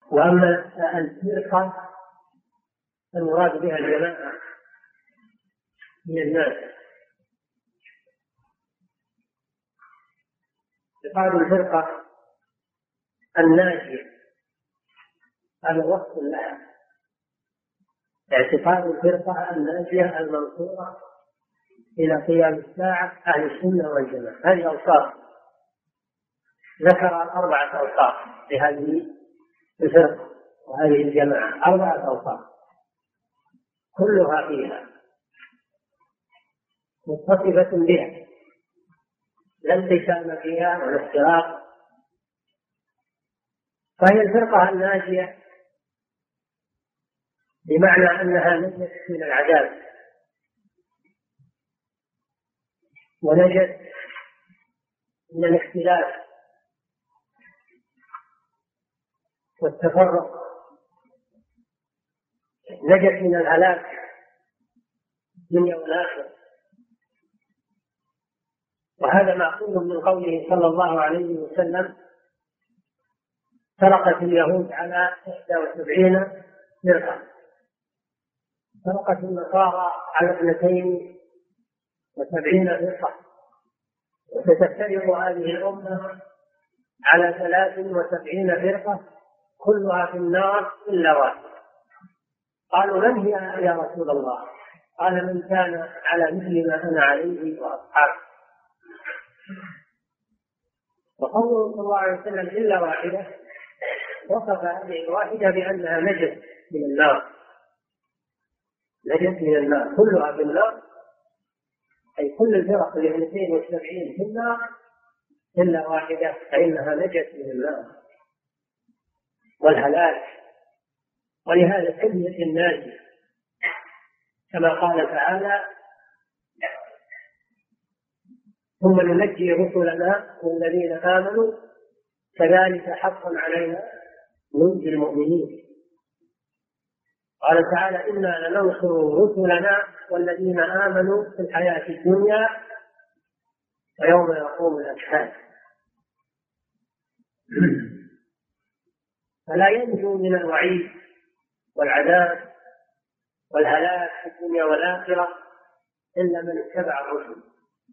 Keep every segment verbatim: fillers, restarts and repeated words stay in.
وأما الفرقة المراد بها الجماعة من الناس. يقال الفرقة الناجية هذا وصف لها، اعتقاد الفرقة الناجية المنصورة إلى قيام الساعة أهل السنة والجماعة. هذه أوصاف ذكر أربعة أوصاف لهذه الفرقة وهذه الجماعة، أربعة أوصاف كلها فيها متصفة بها، لا انقسام فيها ولا افتراق. فهي الفرقة الناجية بمعنى أنها نجت من العذاب ونجت من الاختلاف والتفرق، نجت من الهلاك الدنيا والآخرة. وهذا معقول من قوله صلى الله عليه وسلم: فرقت اليهود على إحدى وسبعين فرقة، فرقت النصارى على اثنتين وسبعين فرقة، وستفترق هذه الأمة على ثلاث وسبعين فرقة كلها في النار إلا واحدة. قالوا: من هي يا رسول الله؟ قال: من كان على مثل ما أنا عليه وأصحابي. وقوله صلى الله عليه وسلم إلا واحدة وصف هذه الواحدة بأنها نجت من النار، نجت من النار، كلها في النار، أي كل الفرق الاثنتين والسبعين في النار إلا واحدة فإنها نجت من النار والهلاك. ولهذا سميت الناجي كما قال تعالى: ثم ننجي رسلنا والذين آمنوا كذلك حقا علينا ننجي المؤمنين. قال تعالى: إنا لننصر رسلنا والذين آمنوا في الحياة الدنيا ويوم يقوم الأشهاد. فلا ينجو من الوعيد والعذاب والهلاك في الدنيا والآخرة إلا من اتبع الرسل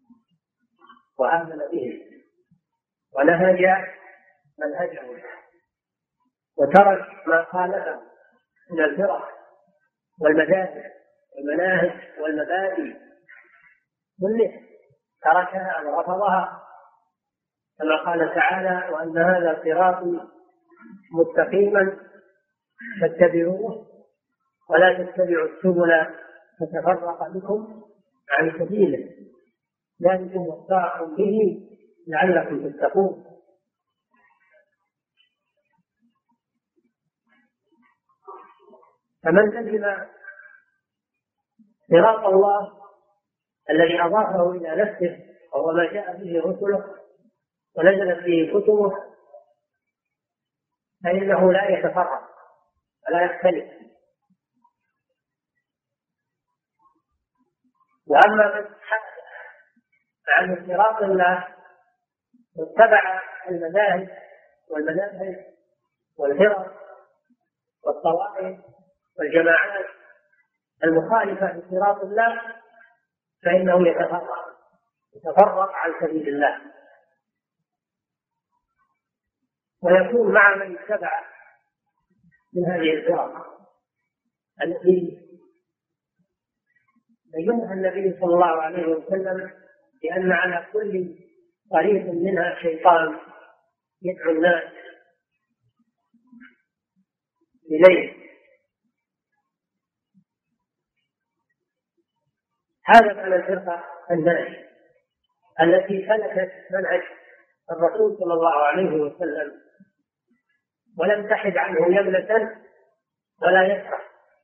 وآمن بهم ونهج منهجهم وترك ما خالفه من الفرق والمذاهب والمناهج والمبادئ كلها، تركها ورفضها كما قال تعالى: وأن هذا صراطي مستقيما فاتبعوه ولا تتبعوا السبل فتفرق بكم عن سبيله ذلكم وصاكم به لعلكم تتقون. فمن لزم صراط الله الذي أضافه إلى نفسه وهو ما جاء به رسله ونزلت به كتبه فإنه لا يتفرق ولا يختلف. وأما من حاد عن صراط الله واتبع المذاهب والمذاهب والفرق والطوائف والجماعات المخالفة لصراط الله فإنه يتفرق يتفرق عن سبيل الله ويكون مع من اتبع من هذه الفرق التي بينها النبي صلى الله عليه وسلم بأن على كل طريق منها شيطان يدعو الناس إليه. هذا معنى الفرقة الناجية التي سلكت منهج الرسول صلى الله عليه وسلم ولم تحد عنه يمنة ولا يسرع،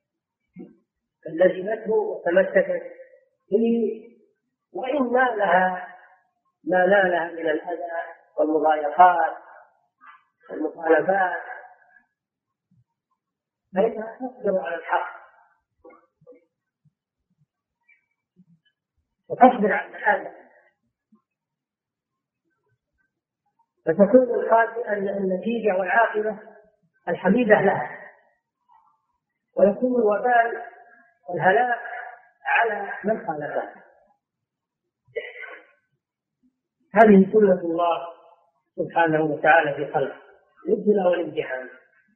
لزمته وتمسكت به وإن نالها ما نالها من الأذى والمضايقات والمخالفات فإنها تصبر على الحق وتصبر على الأذى فتكون النتيجة والعاقبة الحميدة لها، ويكون الوبال والهلاك على من خالفه. هذه سنة الله سبحانه وتعالى في خلقه، الابتلاء والامتحان.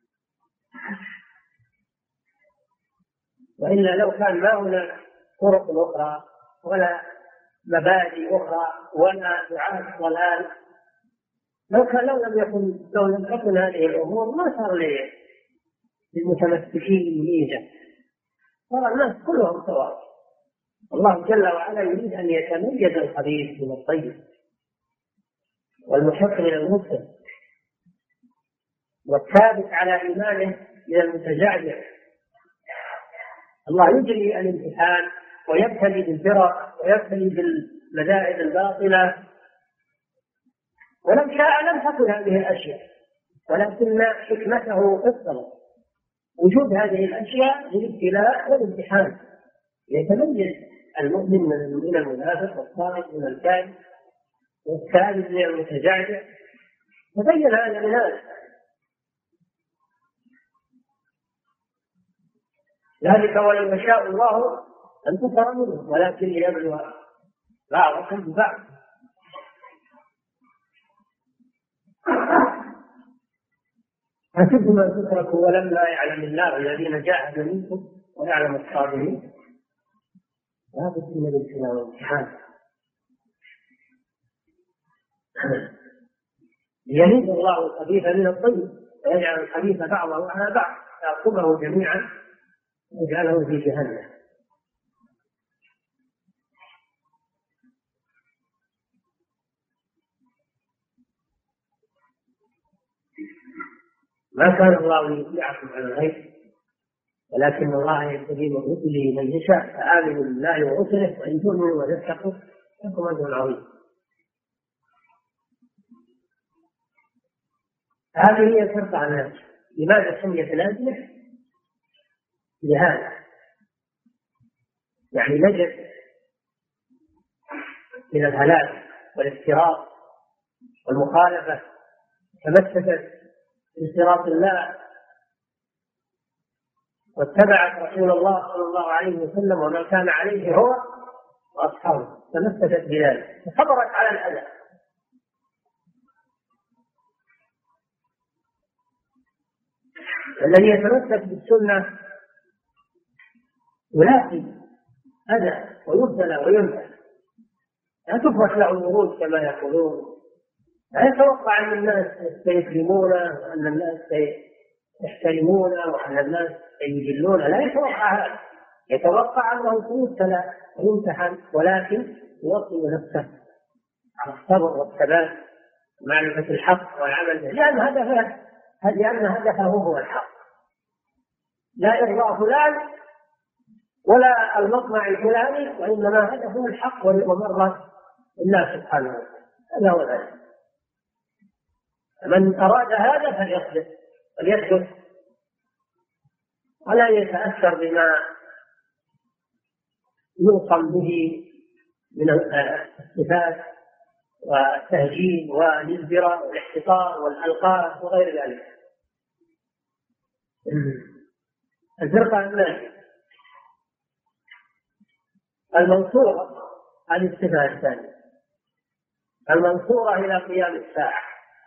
وإلا لو كان ما هناك طرق أخرى ولا مبادئ أخرى ولا دعاة ضلال، لو كان لو لم يكن لو لم تكن هذه الأمور ما صار للمتمسكين ميزة، صار الناس كلهم سواء. الله جل وعلا يريد أن يتميز الخبيث من الطيب والمحق من المبطل والثابت على إيمانه من المتزعزع. الله يجري الامتحان ويبتلي بالفرق ويبتلي بالمذاهب الباطلة، ولو شاء لم تكن هذه الأشياء، ولكن حكمته اقتضت وجود هذه الأشياء للابتلاء والامتحان، يتميز المؤمن من المنافق والصادق من الكاذب والثابت من المتزعزع. تبين هذا من هذا. ذلك ولو يشاء الله أن تصر منه ولكن ليبلو بعضكم ببعض. حسبتم أن تتركوا ولما يعلم الله الذين جاهدوا منكم ويعلم الصابرين. لا بد من الابتلاء والامتحان ليميز الله الخبيث من الطيب ويجعل الخبيث بعضه على بعض يعقبه جميعا ويجعله في جهنم. ما كان الله ليطلعكم على الغيب ولكن الله يستجيب رسله من يشاء، فآمنوا بالله ورسله وإن تؤمنوا وتتقوا لكم أجر عظيم. هذه هي ترفع الناس. لماذا سميت الأزمة؟ لهذا، يعني نجد من الهلاك والافتراء والمخالفة، تمسكت بصراط الله واتبعت رسول الله صلى الله عليه وسلم وما كان عليه هو وأصحابه، تمسكت بذلك فصبرت على الأذى. الذي يتمسك بالسنة يلاقي أذى ويبتلى ويمتحن، لا تفرش له الورود كما يقولون، لا يتوقع أن الناس سيكرمونه وأن الناس سيحترمونه وأن الناس سيجلونه، لا يتوقع هذا، يتوقع أنه سيبتلى ويمتحن، ولكن يوطن نفسه على الصبر والثبات ومعرفة الحق والعمل به، لأن هدفه لأن هدفه هو الحق، لا إرضاء فلان ولا المطمع الفلاني، وإنما هدفه الحق ومرضى الله سبحانه وتعالى. هذا هو الهدف. من أراد هذا فليصبر وليثبت ولا يتأثر بما يوصم به من الصفات والتهجين والإزدراء والاحتقار والألقاب وغير ذلك. الفرقة الثانية المنصورة عن الصفة الثانية، المنصورة إلى قيام الساعة.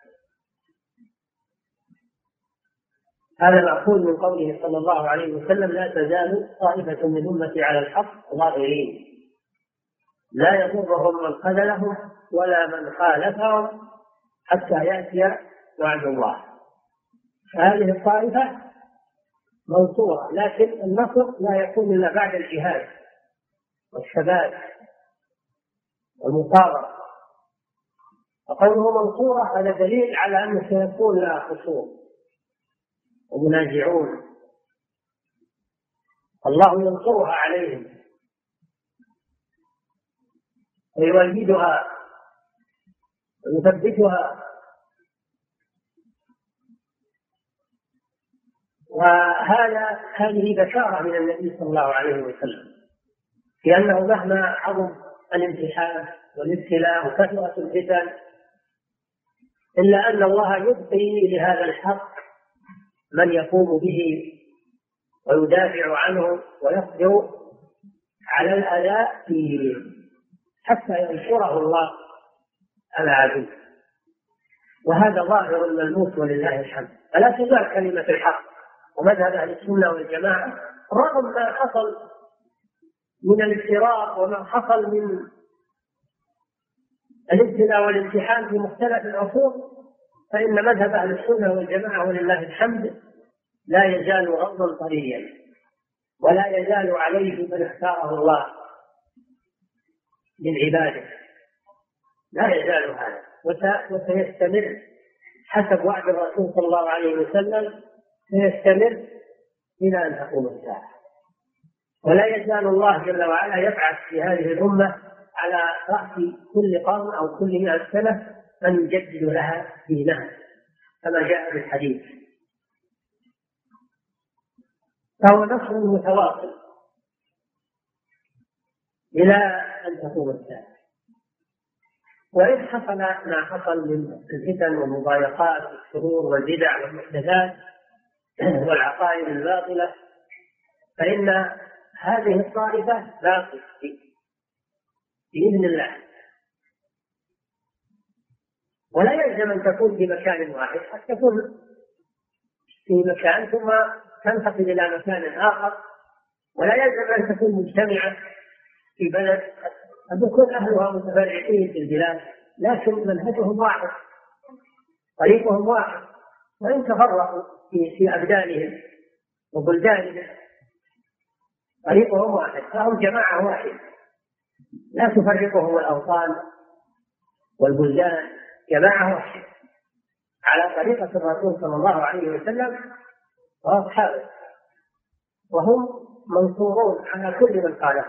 هذا مأخوذ من قوله صلى الله عليه وسلم: لا تزال طائفة من أمتي على الحق ظاهرين لا يضرهم من خذلهم ولا من خالفهم حتى يأتي وعد الله. هذه الطائفة منصورة، لكن النصر لا يكون إلا بعد الجهاد والثبات والمصابرة. وقوله منصورة هذا دليل على أنه سيكون لها خصوم ومنازعون، الله ينصرها عليهم ويولدها ويثبتها. وهذا هذه بشارة من النبي صلى الله عليه وسلم، لأنه مهما عظم الامتحان والابتلاء وكثرة الفتن إلا أن الله يبقي لهذا الحق من يقوم به ويدافع عنه ويقدر على الأذى فيه حتى ينصره الله على عدوه. وهذا ظاهر ملموس ولله الحمد. فلا تزال كلمة الحق ومذهب أهل السنة والجماعة رغم ما حصل من الافتراق وما حصل من الابتلاء والامتحان في مختلف العصور، فإن مذهب أهل السنة والجماعة ولله الحمد لا يزال غضا طريا، ولا يزال عليه من اختاره الله من عباده، لا يزال هذا، وسيستمر حسب وعد الرسول صلى الله عليه وسلم، سيستمر إلى أن تقوم الساعة. ولا يزال الله جل وعلا يبعث في هذه الأمة على رأس كل قرن أو كل مئة سنة من يجدد لها دينها كما جاء في الحديث. فهو نصر متواصل إلى أن تقوم الساعة. وإن حصل ما حصل من الفتن والمضايقات والشرور والبدع والمحدثات والعقائد الباطلة، فإن هذه الطائفة باقية بإذن الله، ولا يلزم أن تكون في مكان واحد، قد تكون في مكان ثم تنتقل إلى مكان آخر، ولا يلزم أن تكون مجتمعة في بلد، قد يكون أهلها متفرعين في البلاد لكن منهجهم واحد، طريقهم واحد، وإن تفرقوا في في أبدانهم وبلدانهم طريقهم واحد، فهم جماعة واحدة لا تفرقهم الأوطان والبلدان، جماعة واحدة على طريقة الرسول صلى الله عليه وسلم وأصحابه، وهم منصورون على كل من قاله.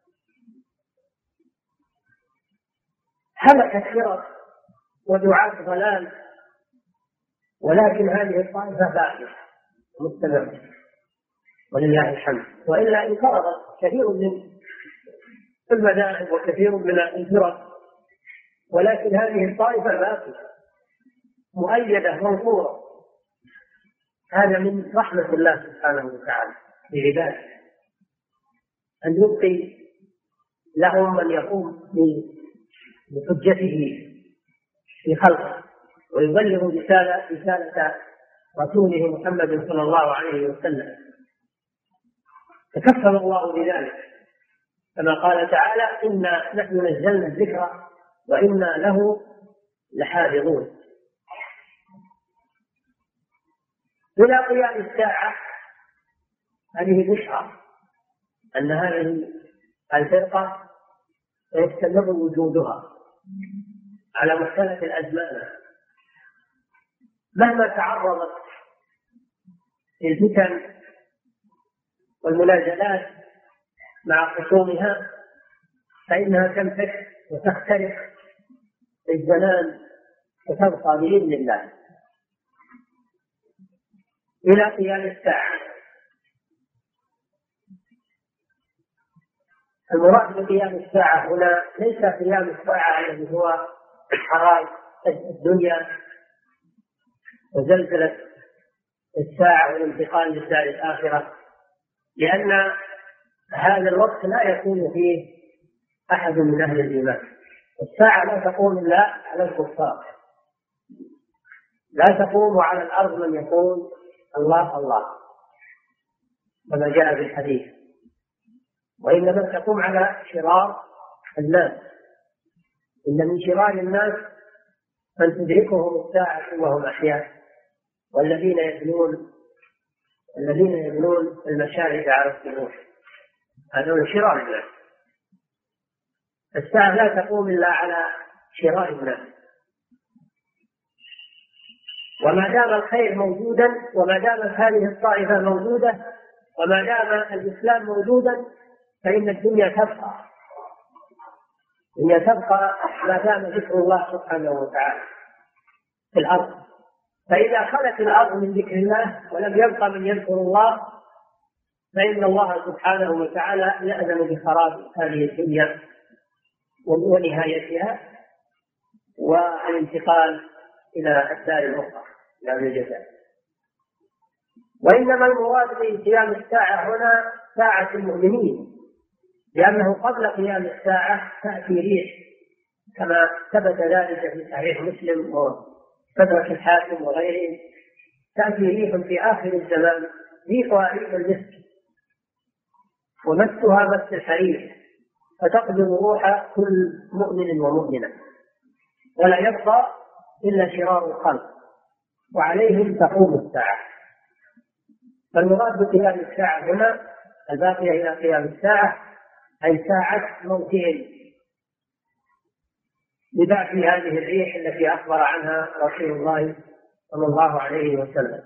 هلكت فرق ودعاة ضلال، ولكن هذه الطائفة باقية مستمرة ولله الحمد. وإلا انقرضت كثير من المذاهب وكثير من الفرق، ولكن هذه الطائفة باقية مؤيدة منصورة. هذا من رحمة الله سبحانه وتعالى بعباده أن يبقي لهم من يقوم بحجته في خلقه ويبلغ رسالة رسالة رسوله محمد صلى الله عليه وسلم. تكفل الله بذلك كما قال تعالى: إنا نحن نزلنا الذكر وإنا له لحافظون. إلى قيام الساعة هذه بشرى أن هذه الفرقة سيستمر وجودها على مختلف الأزمان مهما تعرضت للفتن والمنازلات مع خصومها، فإنها تنفك وتختلف في الزمان وتبقى بإذن الله إلى قيام الساعة. المراد بقيام الساعة هنا ليس قيام الساعة الذي هو حرائق الدنيا وزلزلة الساعة والانتقال للدار الآخرة، لأن هذا الوقت لا يكون فيه أحد من أهل الإيمان. الساعة لا تقوم إلا على الكفار، لا تقوم على الأرض من يقول الله الله كما جاء في الحديث، وإنما تقوم على شرار الناس. إن من شرار الناس من تدركهم الساعة وهم أحياء، والذين يبنون الذين يبنون المشاهد على القبور، هذول شرار الناس. الساعة لا تقوم إلا على شرار الناس، وما دام الخير موجودا، وما دامت هذه الطائفة موجودة، وما دام الإسلام موجودا، فإن الدنيا تبقى الدنيا تبقى ما دام ذكر الله سبحانه وتعالى في الأرض. فإذا خلت الأرض من ذكر الله ولم يبقى من يذكر الله، فإن الله سبحانه وتعالى يأذن بخراب هذه الدنيا ونهايتها والانتقال إلى الدار الأخرى، إلى الجزاء. وإنما المراد بقيام الساعة هنا ساعة المؤمنين، لأنه قبل قيام الساعة تأتي ريح كما ثبت ذلك في صحيح مسلم وفترة الحاكم وغيرهم، تأتي ريح في آخر الزمان ريحها ريح المسك ومسها مس الحرير، فتقبض روح كل مؤمن ومؤمنة ولا يبقى إلا شرار الخلق، وعليهم تقوم الساعة. فالمراد بقيام الساعة هنا الباقية إلى قيام الساعة أي ساعة موتهم ببعث هذه الريح التي أخبر عنها رسول الله صلى الله عليه وسلم.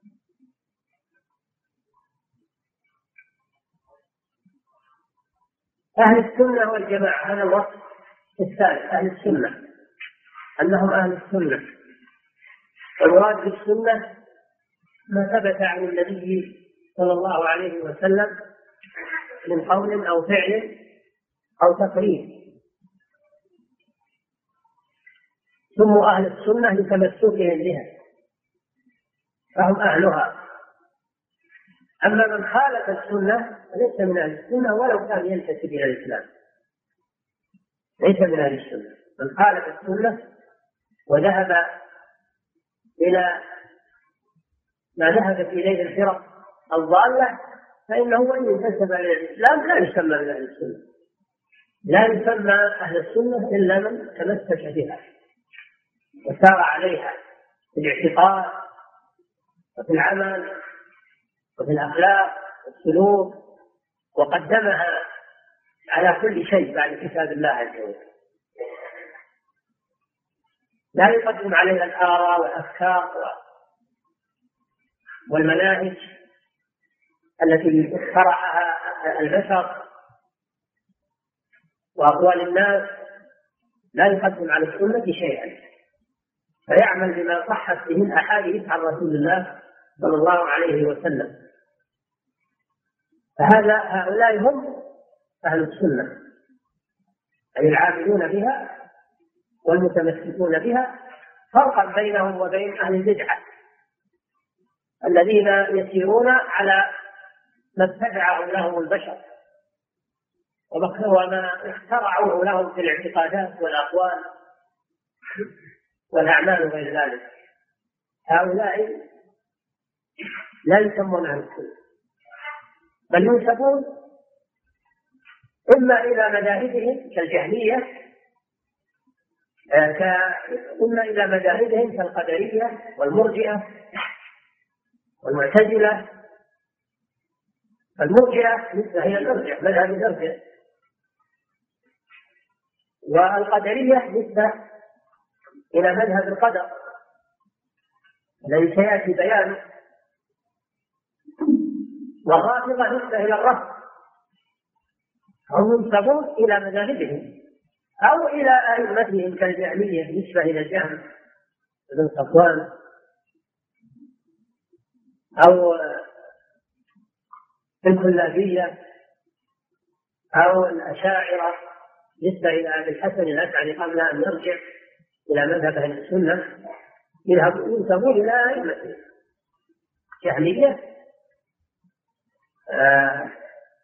أهل السنة والجماعة هذا الوصف الثالث، أهل السنة أنهم أهل السنة. والمراد بالسنة ما ثبت عن النبي صلى الله عليه وسلم من قول أو فعل أو تقرير. سموا أهل السنة لتمسكهم بها فهم أهلها. أما من خالف السنة ليس من أهل السنة ولو كان ينتسب إلى الإسلام، ليس من أهل السنة. من خالف السنة وذهب إلى ما ذهبت إليه الفرق الضالة فإنه وإن انتسب إلى الإسلام لا يسمى من أهل السنة، لا يسمى أهل السنة إلا من تمسك بها وسار عليها في الاعتقاد وفي العمل وفي الأخلاق والسلوك، وقدمها على كل شيء بعد كتاب الله عز وجل، لا يقدم عليها الآراء والأفكار والمناهج التي اخترعها البشر وأقوال الناس، لا يقدم على السنة شيئا، فيعمل بما صحت به الأحاديث عن رسول الله صلى الله عليه وسلم. فهذا هؤلاء هم أهل السنة، أي العاملون بها والمتمسكون بها، فرقا بينهم وبين أهل البدعة الذين يسيرون على ما ابتدعه لهم البشر وما اخترعوه لهم في الاعتقادات والأقوال والأعمال وغير ذلك. هؤلاء لا يسمون أهل السنة، بل ينسبون إما إلى مذاهبهم كالجهمية، إما إلى مذاهبهم كالقدرية والمرجئة والمعتزلة. المرجئة نسبة إلى المرجئة، مذهب المرجئة، والقدرية نسبة إلى مذهب القدر الذي سيأتي بيانه، والرافضة نسبة إلى الرفض. هم ينسبون إلى مذاهبهم أو إلى أئمتهم كالجهمية نسبة إلى الجهم بن صفوان، أو الكلابية أو الأشاعرة نسبة إلى أبي الحسن الأشعري قبل أن يرجع إلى مذهب أهل السنة، ينسبون إلى أئمتهم جهمية آه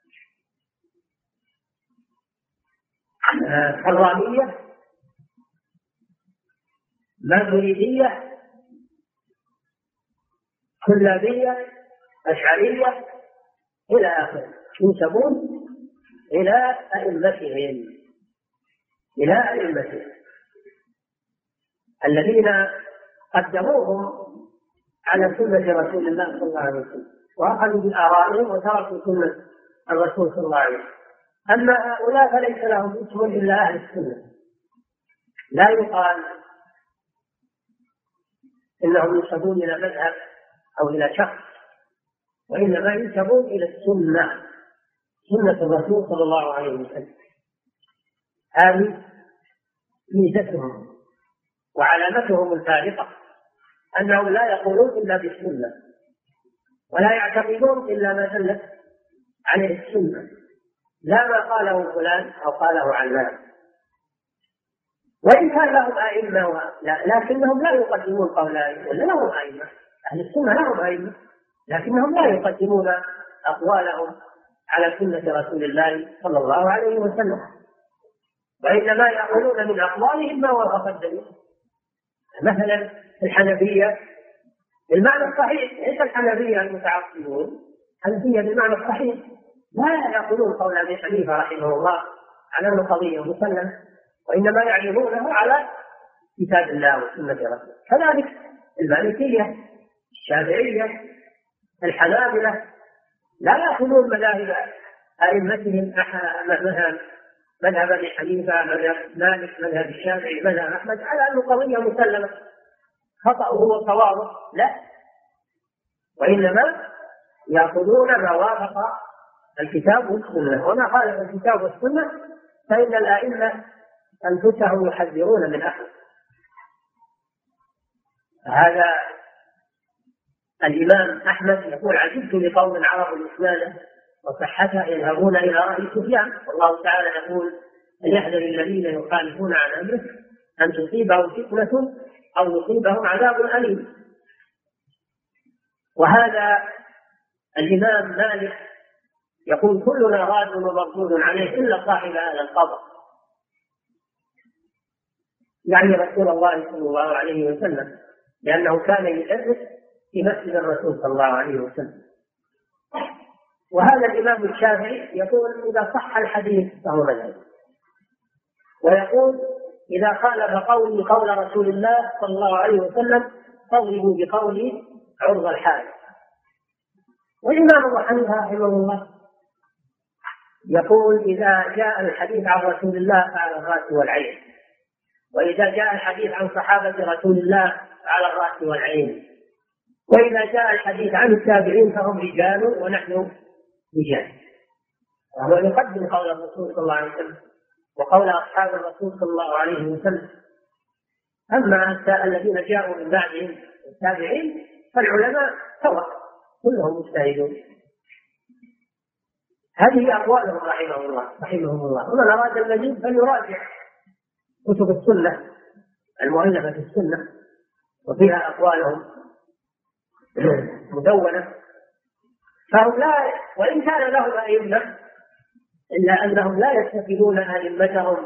حرامية ماتريدية كلابية أشعرية إلى آخره، ينسبون إلى أئمتهم إلى أئمتهم الذين قدموهم على سنة رسول الله صلى الله عليه وسلم وأخذوا بآرائهم وتركوا سنة الرسول صلى الله عليه وسلم. أما هؤلاء فليس لهم اسم إلا أهل السنة، لا يقال إنهم ينسبون إلى مذهب أو إلى شخص، وإنما ينسبون إلى السنة، سنة الرسول صلى الله عليه وسلم. هذه ميزتهم وعلامتهم الفارقة، أنهم لا يقولون إلا بالسنة ولا يعتقدون إلا ما دلت عليه السنة، لا ما قاله فلان أو قاله علان، وإن كان لهم أئمة لا، لكنهم لا يقدمون قول أئمة، ولا لهم أئمة. أهل السنة لهم أئمة لكنهم لا يقدمون أقوالهم على سنة رسول الله صلى الله عليه وسلم، وإنما يقولون من أقوالهم ما وافق الدليل. مثلا الحنفية بالمعنى الصحيح، ليس الحنفية المتعصبون، الحنفية بالمعنى الصحيح لا يقولون قول أبي حنيفة رحمه الله على أنه قضية مسلمة، وإنما يعرضونه على كتاب الله وسنة رسوله. كذلك المالكية، الشافعية، الحنابلة لا يأخذون مذاهب أئمتهم مثلا مذهب أبي حنيفة، مذهب مالك، مذهب الشافعي، مذهب أحمد على أنه قضية مسلمة خطأه وصوابه، لا، وإنما يأخذون ما وافق الكتاب والسنة، وما خالف الكتاب والسنة فإن الأئمة أنفسهم يحذرون من أخذ. هذا الإمام أحمد يقول: عجبت لقوم عرفوا الإسلام وصحته يذهبون إلى رأي سفيان، والله تعالى يقول: فليحذر الذين يخالفون عن أمره أن تصيبهم فتنة أو يصيبهم عذاب أليم. وهذا الإمام مالك يقول: كلنا راد ومردود عليه إلا صاحب هذا القبر، يعني رسول الله صلى الله عليه وسلم، لأنه كان يدرس في مسجد الرسول صلى الله عليه وسلم. وهذا الإمام الشافعي يقول: إذا صح الحديث فهو مذهب، ويقول: إذا خالف قولي قول رسول الله صلى الله عليه وسلم فاضربوا بقولي عرض الحال. والإمام أبو حنيفة رحمه الله يقول: إذا جاء الحديث عن رسول الله فعلى الرأس والعين، وإذا جاء الحديث عن صحابة رسول الله فعلى الرأس والعين، وإذا جاء الحديث عن التابعين فهم رجال ونحن رجال. وهو يقدم قول الرسول صلى الله عليه وسلم وقول أصحاب الرسول صلى الله عليه وسلم. أما الذين جاءوا من بعدهم التابعين فالعلماء سواء كلهم مجتهدون. هذه أقوالهم رحمه الله رحمهم الله. ومن أراد المزيد فليراجع كتب السنة المؤلفة في السنة، وفيها أقوالهم مدونة. فهم لا، وإن كان لهم أئمة، إلا أنهم لا يتخذون أئمتهم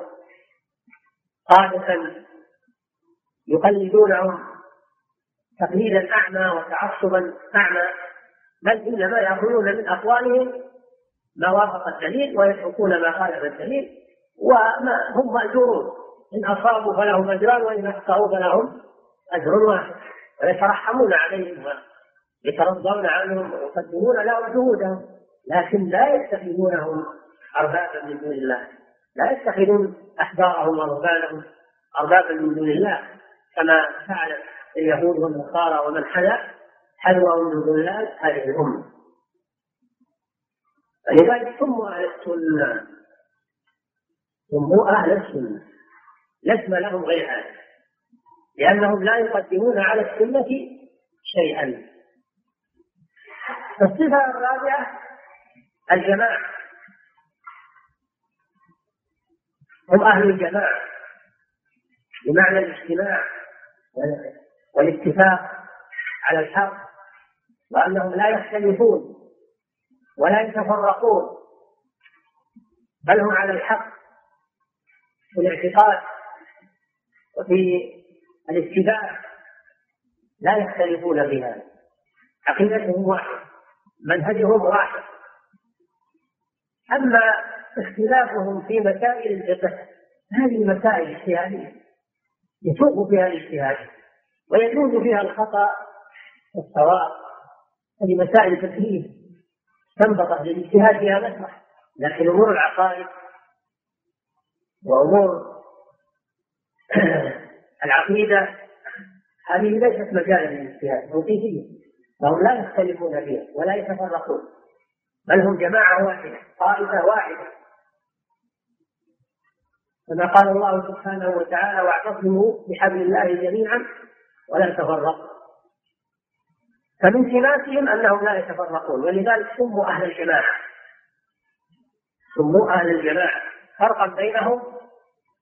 قادة يقلدونهم تقليدا أعمى وتعصبا أعمى، بل إنما يأخذون من أقوالهم ما وافق الدليل ويتركون ما خالف الدليل، وهم مأجورون، إن أصابوا فلهم أجران وإن أخطأوا فلهم أجر واحد، ويترحمون عليهم ويترضون عنهم ويقدمون لهم جهودهم، لكن لا يتخذونهم أربابا من دون الله، لا يتخذون أحبارهم ورهبانهم أربابا من دون الله كما فعل اليهود والنصارى ومن حذا حذوهم من دون الله هذه الأمة. فلذلك سموا أهل السنة، سموا أهل السنة، لا اسم لهم غير هذا، لأنهم لا يقدمون على السنة شيئا. الصفة الرابعة الجماعة، هم أهل الجماعة بمعنى الاجتماع والاتفاق على الحق، وأنهم لا يختلفون ولا يتفرقون، بل هم على الحق في الاعتقاد وفي الاتباع، لا يختلفون فيها، عقيدتهم واحد، منهجهم واحد. أما اختلافهم في مسائل الفقه هذه مسائل اجتهادية يسوق فيها الاجتهاد ويجوز فيها الخطأ والصواب، هذه مسائل فقهية تنبغي للاجتهاد فيها مسرح. لكن أمور العقائد وأمور العقيدة هذه ليست مجالا للاجتهاد، توقيفية، فهم لا يختلفون فيها ولا يتفرقون، بل هم جماعة واحدة، طائفة واحدة، كما قال الله سبحانه وتعالى: واعتصموا بحبل الله جميعا ولا تفرقوا. فمن سماتهم أنهم لا يتفرقون، ولذلك سموا أهل الجماعة، سموا أهل الجماعة، فرقا بينهم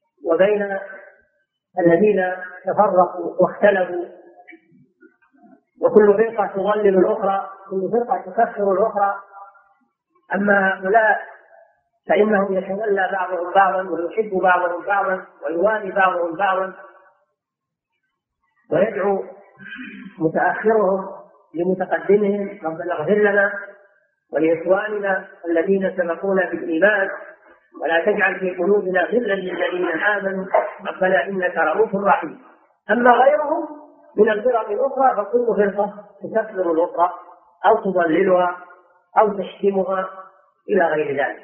وبين الذين تفرقوا واختلفوا وكل فرقة تضلل الأخرى، كل فرقة تكفر الأخرى. أما هؤلاء فإنهم يتولى بعضهم بعضا ويحب بعضهم بعضا ويوالي بعضهم بعضا، ويدعو متأخرهم لمتقدمهم: ربنا اغفر لنا ولإخواننا الذين سبقونا بالإيمان ولا تجعل في قلوبنا غلا للذين آمنوا ربنا إنك رؤوف رحيم. أما غيرهم من الفرق الأخرى فكل فرقة تكفر الأخرى أو تضللها أو تشتمها إلى غير ذلك.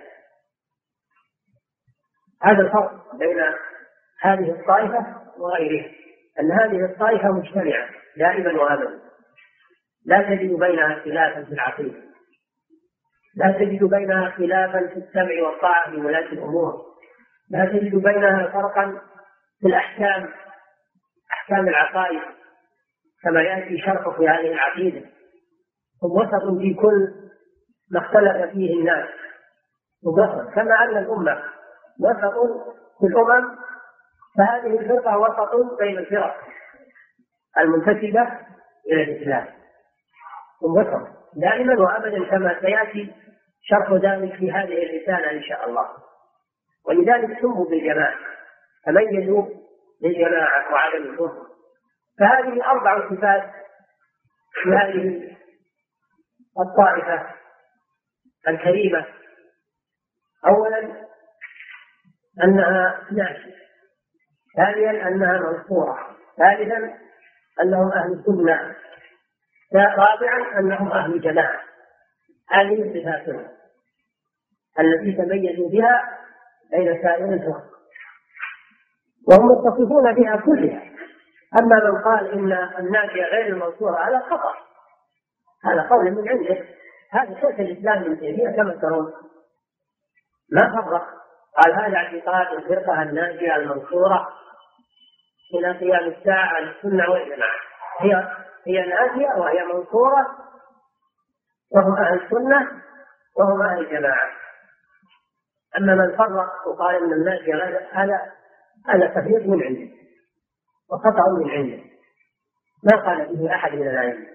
هذا الفرق بين هذه الطائفة وغيرها، أن هذه الطائفة مجتمعة دائما وأبدا، لا تجد بينها خلافا في العقيدة، لا تجد بينها خلافا في السمع والطاعة لولاة الأمور، لا تجد بينها فرقا في الأحكام، أحكام العقائد كما يأتي شرحه في هذه العقيدة. هم وسط في كل ما اختلف فيه الناس وسط، كما أن الأمة وسط في الأمم، فهذه الفرقة وسط بين الفرق المنتسبة إلى الإسلام. هم وسط دائما وأبدا كما سيأتي شرح ذلك في هذه الرسالة إن شاء الله. ولذلك سموا بالجماعة، تميزوا بالجماعة وعدم الكفر. فهذه أربع صفات في هذه الطائفة الكريمة: أولا أنها ناشئة، ثانيا أنها منصورة، ثالثا أنهم أهل سنة، رابعا أنهم أهل جماعة. هذه صفاتهم التي تميزوا بها بين سائر الفرق، وهم متصفون بها كلها. أما من قال إن الناجية غير المنصورة هذا خطأ، هذا قول من عنده. هذا شيخ الإسلام ابن تيمية كما ترون ما فرق، قال هذا اعتقاد الفرقة الناجية المنصورة إلى قيام الساعة على السنة والجماعة، هي هي ناجية وهي منصورة وهم أهل السنة وهم أهل الجماعة. أما من فرق وقال إن الناجية غير، هذا هذا تفريط من عنده وخطأ من عنده، ما قال به أحد من العلم.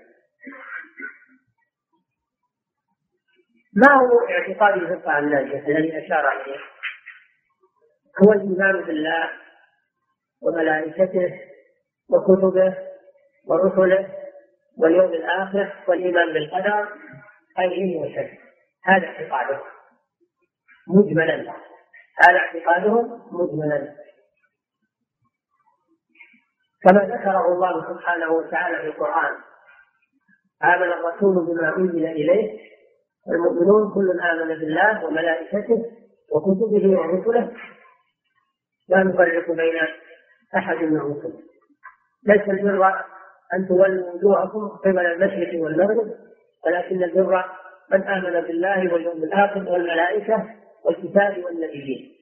ما هو اعتقاد الفرقة الناجية الذي أشار إليه؟ هو الإيمان بالله وملائكته وكتبه ورسله واليوم الآخر والإيمان بالقدر خيره وشره. هذا اعتقاده مجملا، هذا اعتقادهم مجملا كما ذكره الله سبحانه وتعالى في القرآن: آمن الرسول بما أنزل إليه والمؤمنون كل آمن بالله وملائكته وكتبه ورسله لا نفرق بين أحد من رسله. ليس البر أن تولوا وجوهكم قبل المشرق والمغرب، ولكن البر من آمن بالله واليوم الآخر والملائكة والكتاب والنبيين.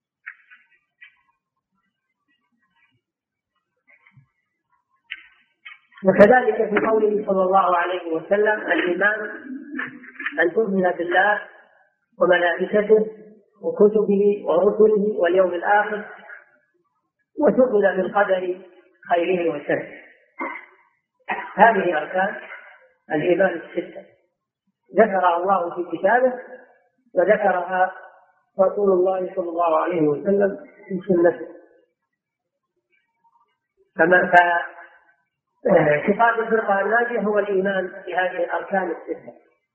وكذلك في قوله صلى الله عليه وسلم: الإيمان أن تؤمن بالله وملائكته وكتبه ورسله واليوم الآخر وتؤمن بالقدر خيره وشره. هذه أركان الإيمان الستة ذكرها الله في كتابه وذكرها رسول الله صلى الله عليه وسلم في سنته. كما اعتقاد الفرقة الناجية هو الإيمان بهذه الأركان الستة.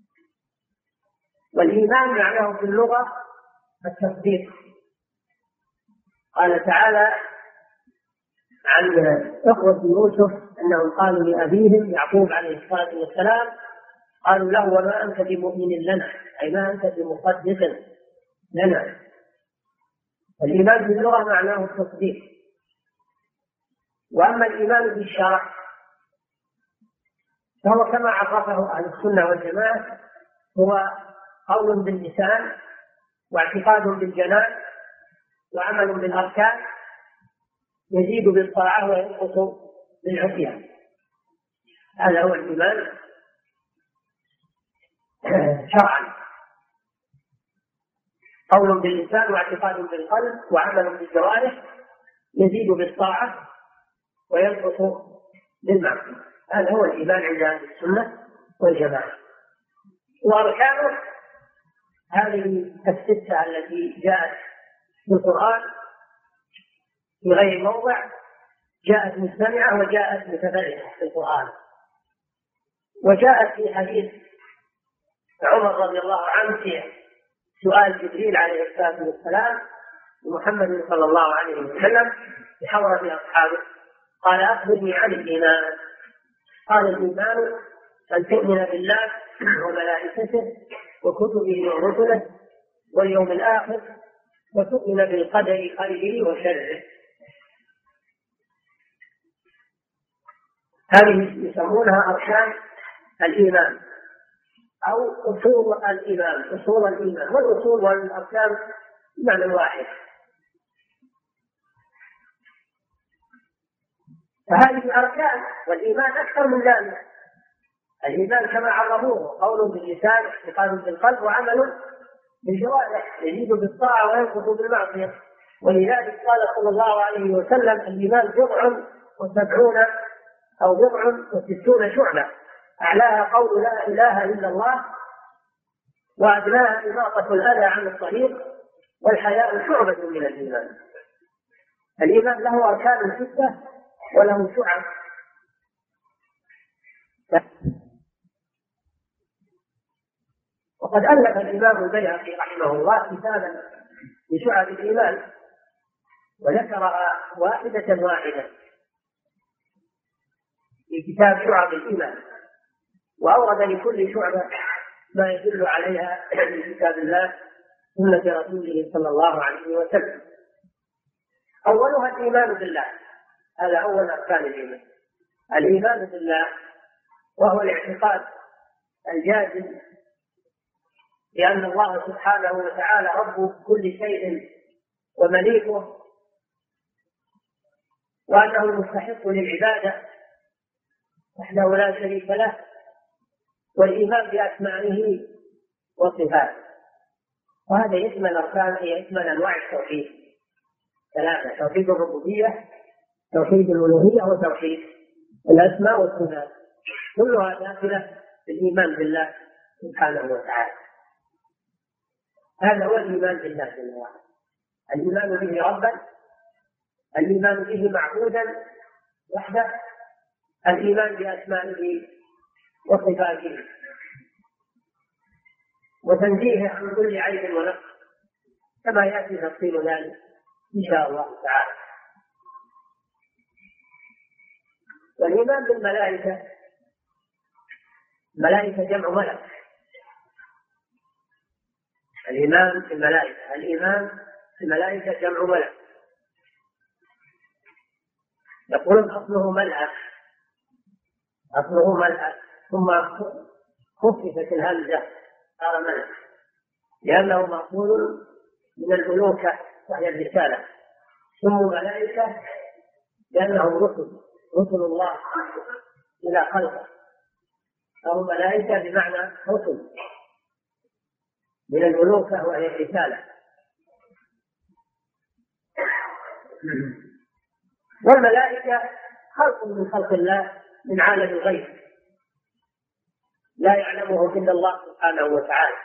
والإيمان معناه في اللغة التصديق. قال تعالى عن إخوة يوسف أنهم قالوا لأبيهم يعقوب عليه الصلاة والسلام، قالوا له: وما أنت بمؤمن لنا، أي ما أنت بمصدق لنا. الإيمان باللغة معناه التصديق. وأما الإيمان بالشرع فهو كما عرفه أهل السنة والجماعة: هو قول باللسان واعتقاد بالجنان وعمل بالأركان يزيد بالطاعة وينقص بالعصيان. هذا هو الإيمان شرعا: قول باللسان واعتقاد بالقلب وعمل بالجوارح يزيد بالطاعة وينقص بالمعصية. هذا هو الإيمان عند أهل السنة والجماعة. وأركانه هذه الستة التي جاءت في القرآن في غير موضع، جاءت مجتمعة وجاءت متفرقة في القرآن. وجاءت في حديث عمر رضي الله عنه في سؤال جبريل عليه الصلاة والسلام ومحمد صلى الله عليه وسلم بحضرة أصحابه، قال أخبرني عن الإيمان. قال الإيمان أن تؤمن بالله وملائكته وكتبه ورسله واليوم الآخر وتؤمن بالقدر خيره وشره. هذه يسمونها أركان الإيمان أو أصول الإيمان، أصول الإيمان. والأصول والأركان معنى واحد. فهذه أركان، والإيمان أكثر من ذلك. الإيمان كما عرفوه قول باللسان، اعتقاد بالقلب، وعمل بالجوارح، يزيد بالطاعة وينقص بالمعصية. ولذلك قال صلى الله عليه وسلم الإيمان بضع وسبعون أو بضع وستون شعبة، أعلاها قول لا إله إلا الله، وأدناها إماطة الأذى عن الطريق، والحياء شعبة من الإيمان. الإيمان له أركان ستة وله شعب. وقد ألف الإمام البيهقي رحمه الله كتابا بشعب الإيمان، وذكرها واحدة واحدة في كتاب شعب الإيمان، وأورد لكل شعبة ما يدل عليها في كتاب الله سنة رسوله صلى الله عليه وسلم. أولها الإيمان بالله، هذا أول أركان الإيمان، الإيمان بالله، وهو الاعتقاد الجازم بأن الله سبحانه وتعالى رب كل شيء ومليكه، وأنه المستحق للعبادة وحده لا شريك له، والإيمان بأسمائه وصفاته. وهذا يشمل أركان يشمل أنواع التوحيد ثلاثة: توحيد الربوبية، توحيد الألوهية، وتوحيد الأسماء والصفات، كلها داخلة في الإيمان بالله سبحانه وتعالى. هذا هو الإيمان بالله جل وعلا، الإيمان به ربا، الإيمان به معبودا وحده، الإيمان بأسمائه وصفاته، وتنزيهه عن كل عيب ونقص، كما يأتي تفصيل ذلك إن شاء الله تعالى. والإيمان بالملائكة، الملائكة جمع ملك، الإيمان بالملائكة، الإيمان بالملائكة جمع ملك. يقولون أصله ملأ، أصله ملأ ثم خففت الهمزة صار ملك، لأنه مأخوذ من الملوكة وهي الرسالة. ثم ملائكة لأنهم رسل، رسل الله إلى خلقه، أو ملائكة بمعنى رسل من الملوكة وهي الرسالة. والملائكة خلق من خلق الله من عالم الغيب، لا يعلمه إلا الله سبحانه وتعالى،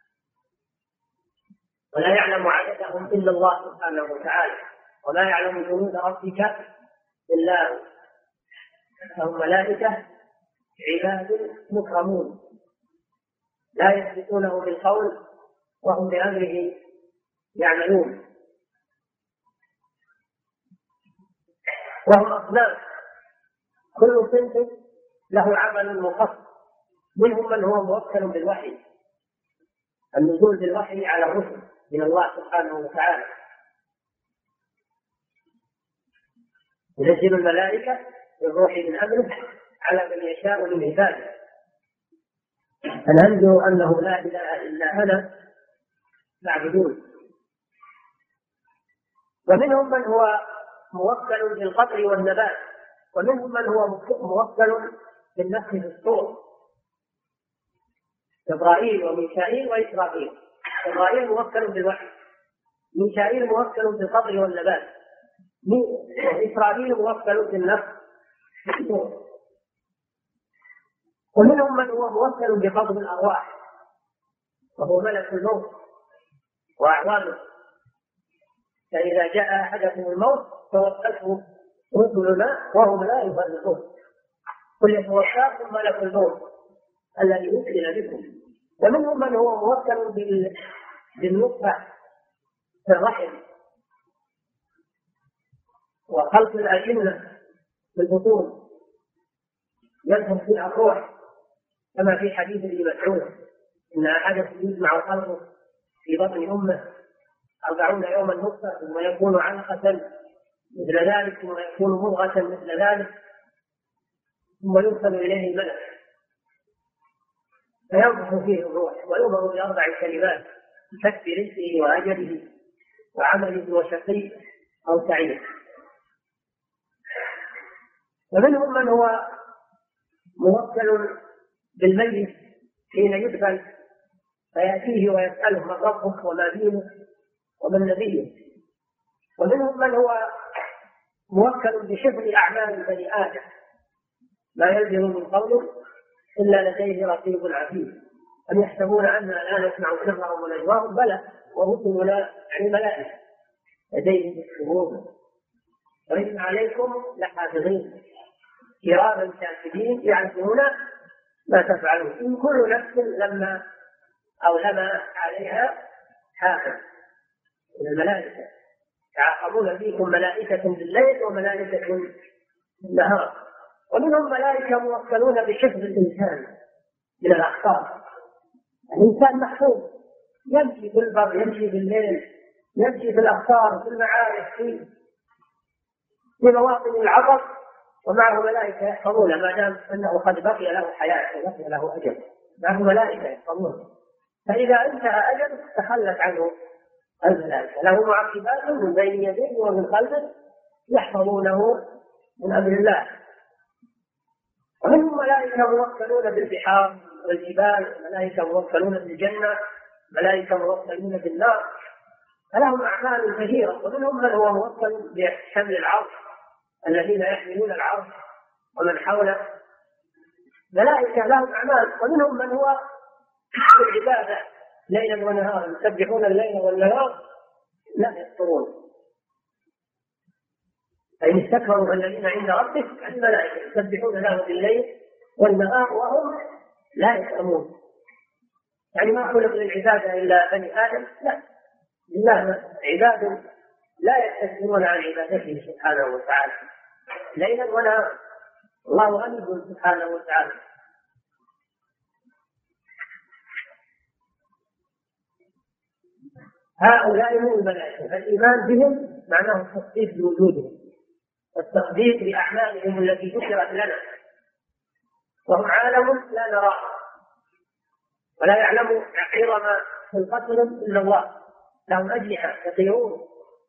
ولا يعلم عددهم إلا الله سبحانه وتعالى، وما يعلم جنود ربك إلا هو. فهم ملائكة عباد مكرمون لا يسبقونه بالقول وهم بأمره يعملون. وهم أصناف، كل صنف له عمل مخصص، منهم من هو موكل بالوحي، النزول بالوحي على الرسل من الله سبحانه وتعالى، ينزل الملائكة بالروح من أمره على من يشاء من عباده، أن أنذروا أنه لا إله إلا أنا فاعبدون. ومنهم من هو موكل بالقدر والنبات، ومنهم من هو موكل بالنفخ في الصور، جبرائيل وميكائيل وإسرافيل. جبرائيل موكل بالوحي، ميكائيل موكل بالقدر والنبات، إسرافيل موكل بالنفخ في الصور. ومنهم من هو موكل بقبض الأرواح وهو ملك الموت وأعوانه، فإذا جاء أحدكم الموت توفته رسلنا وهم لا يفرقون، قل يتوفاكم ملك الموت الذي وكل بكم. ومنهم من هو موكل بالنطفة في الرحم وخلق الأجنة في البطون ينفخ فيها الروح، كما في حديث ابن مسعود إن أحدكم يجمع خلقه في بطن أمه أربعون يوما نطفة ثم يكون علقة مثل ذلك ثم يكون مضغة مثل ذلك ثم يرسل إليه الملك فينفخ فيه الروح ويؤمر بأربع كلمات: بكتب رزقه وأجله وعمله وشقي أو سعيد. ومنهم من هو موكل بالميت حين يدفن فيأتيه ويسأله: من ربك وما دينك ومن نبيك. ومنهم من هو موكل بحفظ أعمال بني آدم، لا يلزم من قول إلا لديه رقيب عتيد، أم يحسبون أننا لا نسمع سرهم ونجواهم؟ بلى ورسلنا يعني ملائكة لديهم يكتبون وإن عليكم لحافظين كراما كاتبين يعلمون ما تفعلون. إن كل نفس لما أو لما عليها حافظ من الملائكة يعاقبون فيكم ملائكة بالليل وملائكة بالنهار. ومنهم ملائكة موكلون بحفظ الإنسان من الأخطار. الإنسان محفوظ يمشي في البر يمشي بالليل يمشي في الأخطار في المعارك في في مواطن العطر ومعه ملائكة يحفظونه ما دام أنه قد بقي له حياة وبقي له أجل، معه ملائكة يحفظونه. فإذا انتهى أجل تخلت عنه الملائكة، له معقبات من بين يديه ومن خلفه يحفظونه من أمر الله. ومنهم ملائكة موكلون بالبحار والجبال، ملائكة موكلون بالجنة، ملائكة موكلون بالنار، فلهم أعمال كثيرة. ومنهم من هو موكل بحمل العرش، الذين يحملون العرش ومن حوله ملائكة لهم أعمال. ومنهم من هو في العبادة ليلا ونهارا يسبحون الليل والنهار لا يفترون، فإن استكبروا الذين عند ربك الملائكة يسبحون له بالليل والنهار وهم لا يفهمون. يعني ما خلق للعبادة إلا بني آدم، لا، لله عباد لا يستكبرون عن عبادته سبحانه وتعالى ليلا ونهارا، الله غني سبحانه وتعالى. هؤلاء هم الملائكة، فالإيمان بهم معناه التصديق بوجودهم والتصديق بأعمالهم التي ذكرت لنا، وهم عالم لا نراه ولا يعلم عظم خلقتهم إلا الله، لهم أجنحة يطيرون،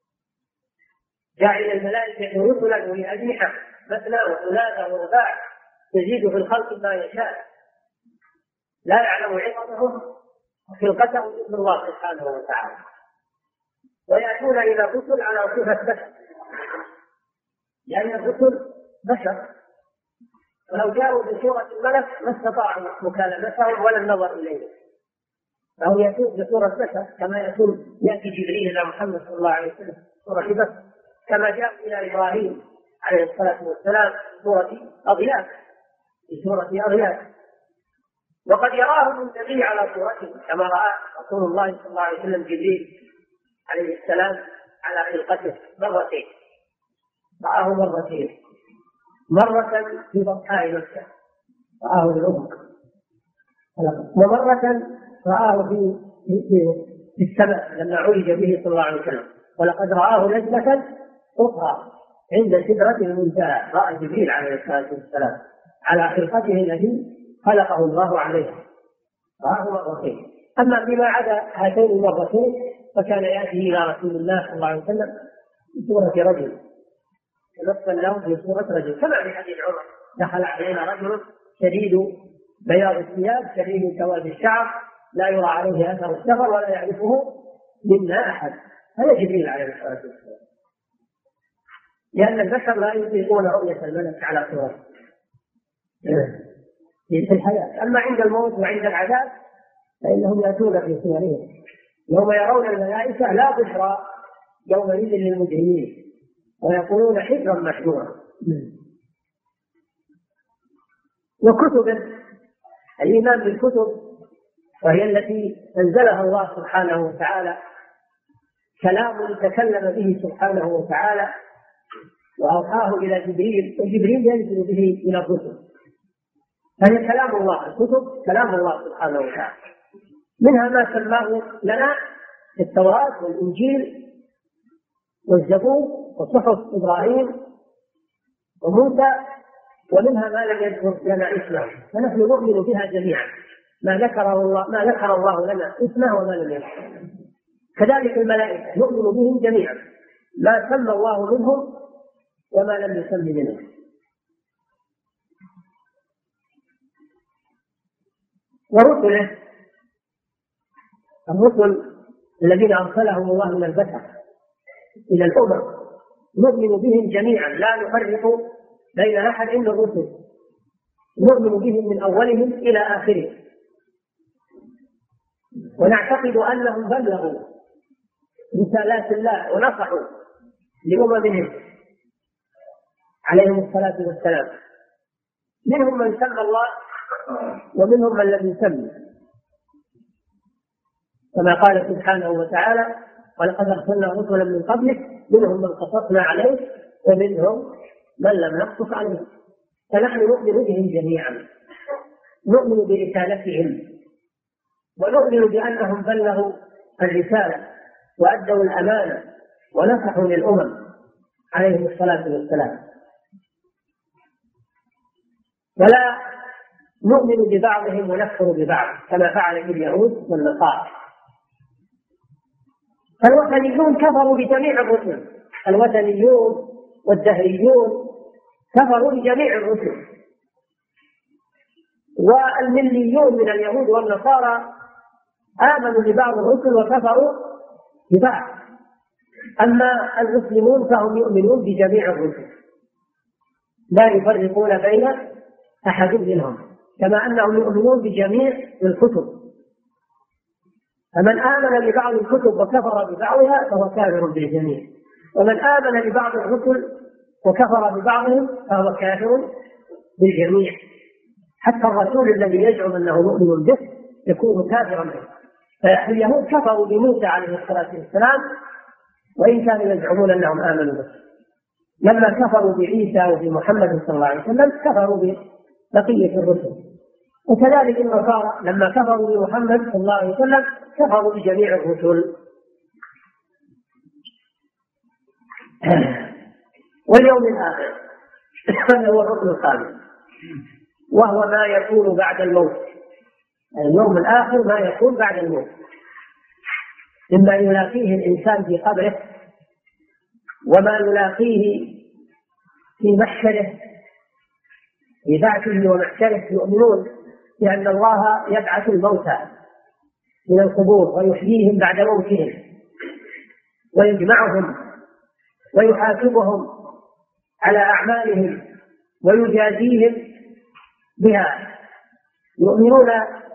جاعل الملائكة رسلا أولي أجنحة مثنى وثلاثة ورباع يزيد في الخلق ما يشاء، لا يعلم عظمهم وخلقتهم إلا الله سبحانه وتعالى. ويأتون إلى الرسل على صفة بشر، لأن الرسل بشر، ولو جاءوا بصورة الملك ما استطاعوا مكالمتهم ولا النظر إليه، فهم يأتون بصورة بشر كما يأتون يأتي جبريل إلى محمد صلى الله عليه وسلم صورة بشر، كما جاء إلى إبراهيم عليه الصلاة والسلام صورة أغياث في صورة أغياث. وقد يراهم النبي على صورته كما رأى رسول الله صلى الله عليه وسلم جبريل عليه السلام على خلقته مرتين، رآه مرتين، مرة في بطحاء مكة رآه بالأفق، ومرة رآه في في السماء لما عرج به صلى الله عليه وسلم. ولقد رآه نزلة أخرى عند سدرة المنتهى، رأى جبريل عليه الصلاة والسلام على خلقته التي خلقه الله عليه، رآه مرتين. أما فيما عدا هاتين المرتين فكان يأتي إلى رسول الله صلى الله عليه وسلم بصورة رجل، تمثل له في صورة رجل، كما في حديث عمر دخل علينا رجل شديد بياض الثياب شديد سواد الشعر لا يرى عليه أثر السفر ولا يعرفه منا أحد، هذا جبريل عليه الصلاة والسلام، لأن البشر لا يطيقون رؤية الملك على صورته، في الحياة. أما عند الموت وعند العذاب فإنهم يأتون في صورهم يوم يرون الملائكة لا بشرى يومئذ للمجرمين ويقولون حجرا محجورا. وكتب الإيمان بالكتب وهي التي أنزلها الله سبحانه وتعالى، كلام تكلم به سبحانه وتعالى وأوحاه إلى جبريل وجبريل ينزل به إلى الرسل، فهي كلام الله. الكتب كلام الله سبحانه وتعالى، منها ما سماه لنا التوراة والإنجيل والزبور وصحف إبراهيم وموسى، ومنها ما لم يذكر لنا اسمه، فنحن نؤمن بها جميعا، ما ذكره الله ما ذكر الله لنا اسمه وما لم يذكر. كذلك الملائكة نؤمن بهم جميعا، ما سمى الله منهم وما لم يسم منهم. ورسله، الرسل الذين أرسلهم الله من البشر إلى الأمم نؤمن بهم جميعا، لا نفرق بين أحد من الرسل، نؤمن بهم من أولهم إلى آخرهم، ونعتقد أنهم بلغوا رسالات الله ونصحوا لأممهم عليهم الصلاة والسلام. منهم من سمى الله ومنهم من لم يسمى، كما قال سبحانه وتعالى: ولقد أرسلنا رسلا من قبلك منهم من قصصنا عليه ومنهم من لم نقصص عليه. فنحن نؤمن بهم جميعا، نؤمن برسالتهم ونؤمن بأنهم بلغوا الرسالة وأدوا الأمانة ونصحوا للأمم عليهم الصلاة والسلام. ولا نؤمن ببعضهم ونكفر ببعض كما فعل اليهود والنصارى. الوثنيون كفروا بجميع الرسل، الوثنيون والدهريون كفروا بجميع الرسل، والمليون من اليهود والنصارى آمنوا ببعض الرسل وكفروا ببعض. أما المسلمون فهم يؤمنون بجميع الرسل، لا يفرقون بين أحد منهم، كما أنهم يؤمنون بجميع الكتب. فمن آمن ببعض الكتب وكفر ببعضها فهو كافر بالجميع، ومن آمن ببعض الرسل وكفر ببعضهم فهو كافر بالجميع. حتى الرسول الذي يزعم أنه مؤمن به يكون كافرا به. فاليهود كفروا بموسى عليه الصلاة والسلام وإن كانوا يزعمون أنهم آمنوا به. لما كفروا بعيسى وبمحمد صلى الله عليه وسلم كفروا ببقية الرسل. وكذلك النصارى لما كفروا بمحمد صلى الله عليه وسلم كفروا بجميع الرسل. واليوم الآخر هو الركن الخامس، وهو ما يكون بعد الموت. اليوم الآخر ما يكون بعد الموت، مما يلاقيه الإنسان في قبره وما يلاقيه في محشره في بعثه ومحشره. يؤمنون بأن الله يبعث الموتى من القبور ويحييهم بعد موتهم ويجمعهم ويحاسبهم على أعمالهم ويجازيهم بها. يؤمنون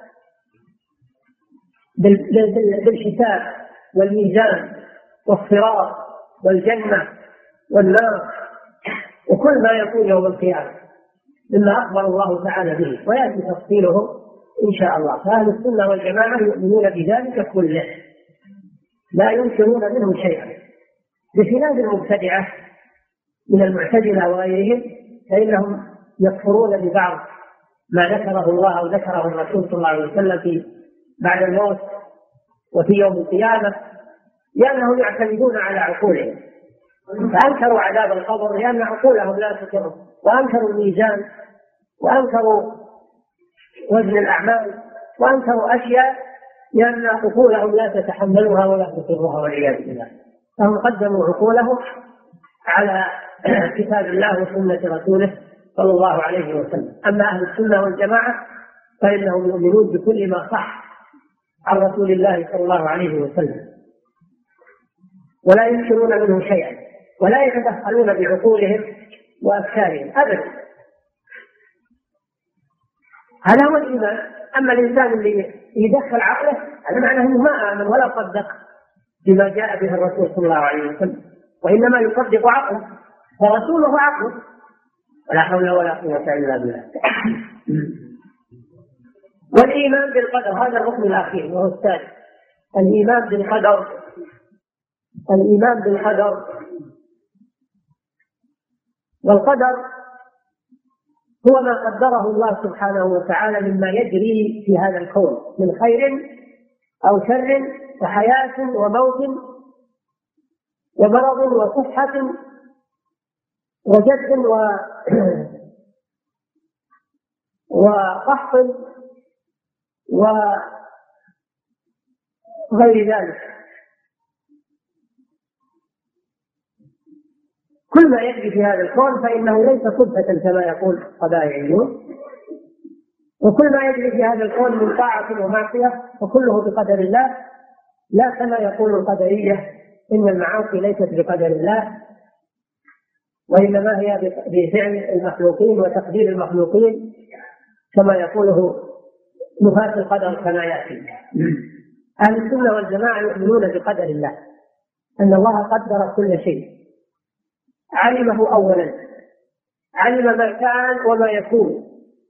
بالحساب والميزان والصراط والجنة والنار وكل ما يكون يوم القيامة مما أخبر الله تعالى به، ويأتي تفصيله إن شاء الله. فأهل السنة والجماعة يؤمنون بذلك كله، لا ينكرون منه شيئا، بخلاف المبتدعة من المعتزلة وغيرهم، فإنهم يكفرون ببعض ما ذكره الله أو ذكره الرسول صلى الله عليه وسلم في بعد الموت وفي يوم القيامة، لأنهم يعتمدون على عقولهم. فأنكروا عذاب القبر لأن عقولهم لا تقر، وأنكروا الميزان، وأنكروا وزن الأعمال، وأنكروا أشياء لأن عقولهم لا تتحملها ولا تقرها والعياذ بالله. فهم قدموا عقولهم على كتاب الله وسنة رسوله صلى الله عليه وسلم. أما أهل السنة والجماعة فإنهم يؤمنون بكل ما صح عن رسول الله صلى الله عليه وسلم، ولا ينكرون منه شيئا، ولا يتدخلون بعقولهم وأفكارهم أبدا. هذا هو الإيمان. أما الإنسان اللي يدخل عقله هذا معناه أنه ما آمن ولا صدق بما جاء به الرسول صلى الله عليه وسلم، وإنما يصدق عقله، فرسوله عقله. ولا حول ولا قوة إلا بالله. والإيمان بالقدر هذا الركن الأخير وهو الثالث، الإيمان بالقدر. الإيمان بالقدر، والقدر هو ما قدره الله سبحانه وتعالى مما يجري في هذا الكون من خير أو شر وحياة وموت ومرض وصحة وجد و وقحط وغير ذلك. كل ما يجري في هذا الكون فإنه ليس صدفة كما يقول قبائليون، وكل ما يجري في هذا الكون من طاعة ومعصية فكله بقدر الله، لا كما يقول القدرية إن المعاصي ليست بقدر الله، وإنما هي بفعل المخلوقين وتقدير المخلوقين كما يقوله نفاة القدر كما يأتي. أهل السنة والجماعة يؤمنون بقدر الله، أن الله قدر كل شيء، علمه أولا، علم ما كان وما يكون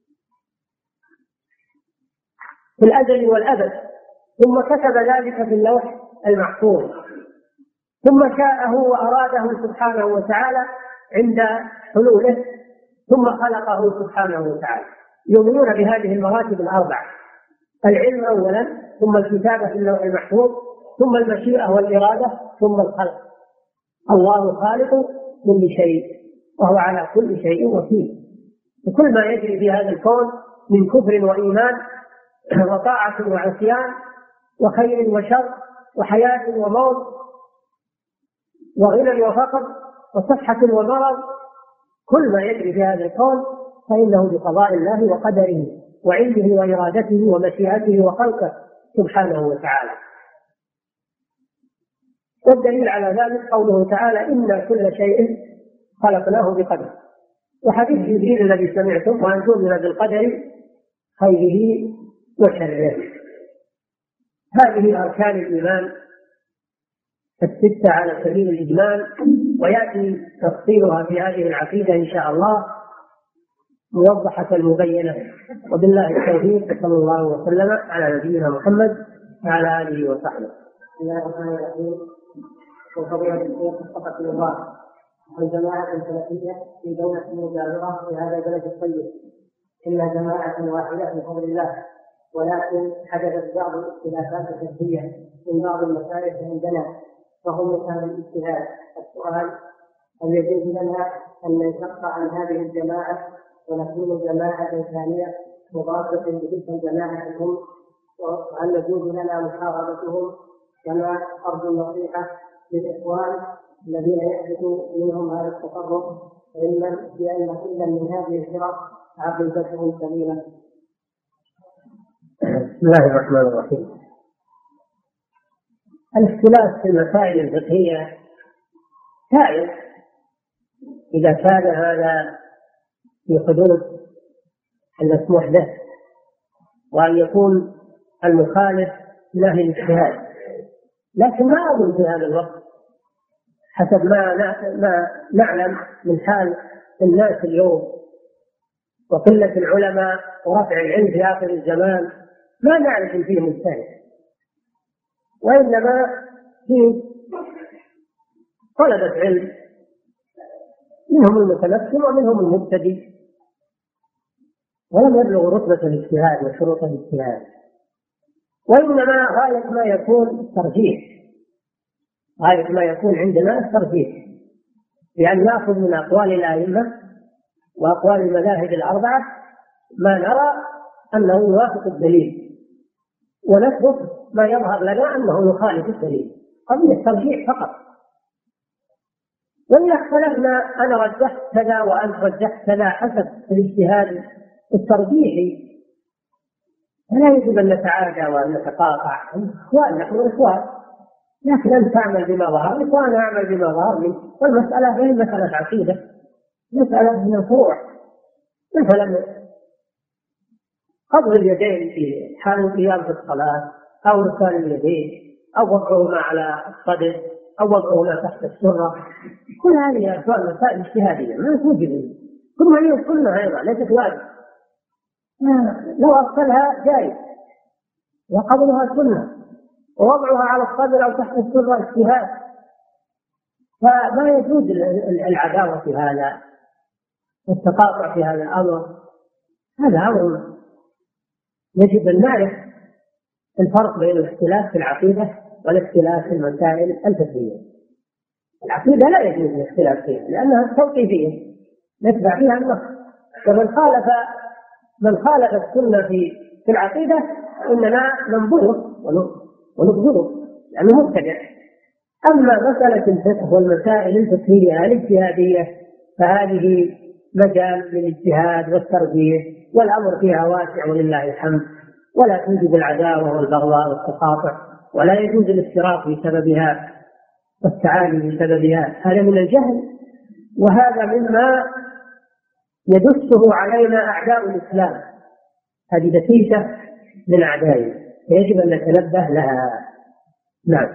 في الأزل والأبد، ثم كتب ذلك في اللوح المحفوظ، ثم شاءه وأراده سبحانه وتعالى عند حلوله، ثم خلقه سبحانه وتعالى. يؤمنون بهذه المراتب الأربع: العلم أولا، ثم الكتابة في اللوح المحفوظ، ثم المشيئة والإرادة، ثم الخلق. الله خالق كل شيء وهو على كل شيء وكيل. وكل ما يجري في هذا الكون من كفر وإيمان وطاعة وعصيان وخير وشر وحياة وموت وغنى وفقر وصحة ومرض، كل ما يجري في هذا الكون فإنه بقضاء الله وقدره وعلمه وإرادته ومشيئته وخلقه سبحانه وتعالى. والدليل على ذلك قوله تعالى: إنا كل شيء خلقناه بقدر. وحديث جبريل الذي سمعتم: وأن تؤمن بالقدر خيره وشره. هذه أركان الإيمان الستة على سبيل الإجمال، ويأتي تفصيلها في هذه العقيدة إن شاء الله موضحة مبينة. وبالله التوفيق، صلى الله وسلم على نبينا محمد وعلى آله وصحبه. بسم الله الرحمن الرحيم. وفضيلة الشيخ وفقكم الله، الجماعة السلفية في دولة مجاورة في هذا البلد الطيب، إنها جماعة واحدة بفضل الله، ولكن حدثت بعض الاختلافات الفقهية من بعض المسائل عندنا، وهم مثال الاجتهاد. السؤال: هل يجوز لنا أن ننشق عن هذه الجماعة ونكون جماعة ثانية مضادة لتلك الجماعة الأم؟ وهل يجوز لنا محاربتهم؟ كما أرجو النصيحة للإخوان الذين يحدث منهم هذا التفرق، علما بأن كل من هذه الفرق عقيدتهم سليمة. بسم الله الرحمن الرحيم. الاختلاف في المسائل الفقهية جائز إذا كان هذا في حدود المسموح به، وأن يكون المخالف له الاجتهاد. لكن ما أظن في هذا الوقت حسب ما ما نعلم من حال الناس اليوم وقلة العلماء ورفع العلم في آخر الزمان، ما نعرف فيه مجتهد، وإنما فيه طلبة علم، منهم المتمكن ومنهم المبتدئ، ولم يبلغوا رتبة الاجتهاد وشروط الاجتهاد. وإنما غاية ما يكون ترجيح، غاية ما يكون عندنا الترجيح، بأن نأخذ من أقوال الأئمة وأقوال المذاهب الأربعة ما نرى أنه يوافق الدليل، ونثبت ما يظهر لنا أنه يخالف الدليل، قضية الترجيح فقط. وإذا اختلفنا أنا رجحت كذا وأنت رجحت كذا حسب الاجتهاد الترجيحي، فلا يجب أن نتعادى وأن نتقاطع. إخوان، نحن إخوان، لكن أنت تعمل بما ظهر لك وأنا أعمل بما ظهر لي، والمسألة هي مسألة عقيدة، مسألة من الفروع. مثلا قبض اليدين في حال القيام في الصلاة، أو إرسال اليدين، أو وضعهما على الصدر، أو وضعهما تحت السرة، كل هذه أشياء مسائل اجتهادية ما توجد، ثم هي السنة أيضا ليست واجب، لو أرسلها جائز وقبضها سنة، ووضعها على الصدر أو تحت السرة اجتهاد، فما يجوز العداوة في هذا والتقاطع في هذا الأمر. هذا أمر يجب أن نعرف الفرق بين الاختلاف في العقيدة والاختلاف في المسائل الفقهية. العقيدة لا يجوز الاختلاف فيها لأنها توقيفية نتبع فيها النص، ومن خالف من خالف السنة في في العقيدة إننا ننظره ونبغضه لأنه مبتدع. أما مسألة الفقه والمسائل الفقهية الاجتهادية فهذه مجال للاجتهاد والترجيح، والأمر فيها واسع ولله الحمد، ولا توجد العداوة والبغضاء والتقاطع، ولا يجوز الافتراق بسببها والتعالي بسببها. هذا من الجهل، وهذا مما يدسه علينا أعداء الإسلام، هذه نتيجة من أعدائه فيجب أن نتنبه لها. نعم.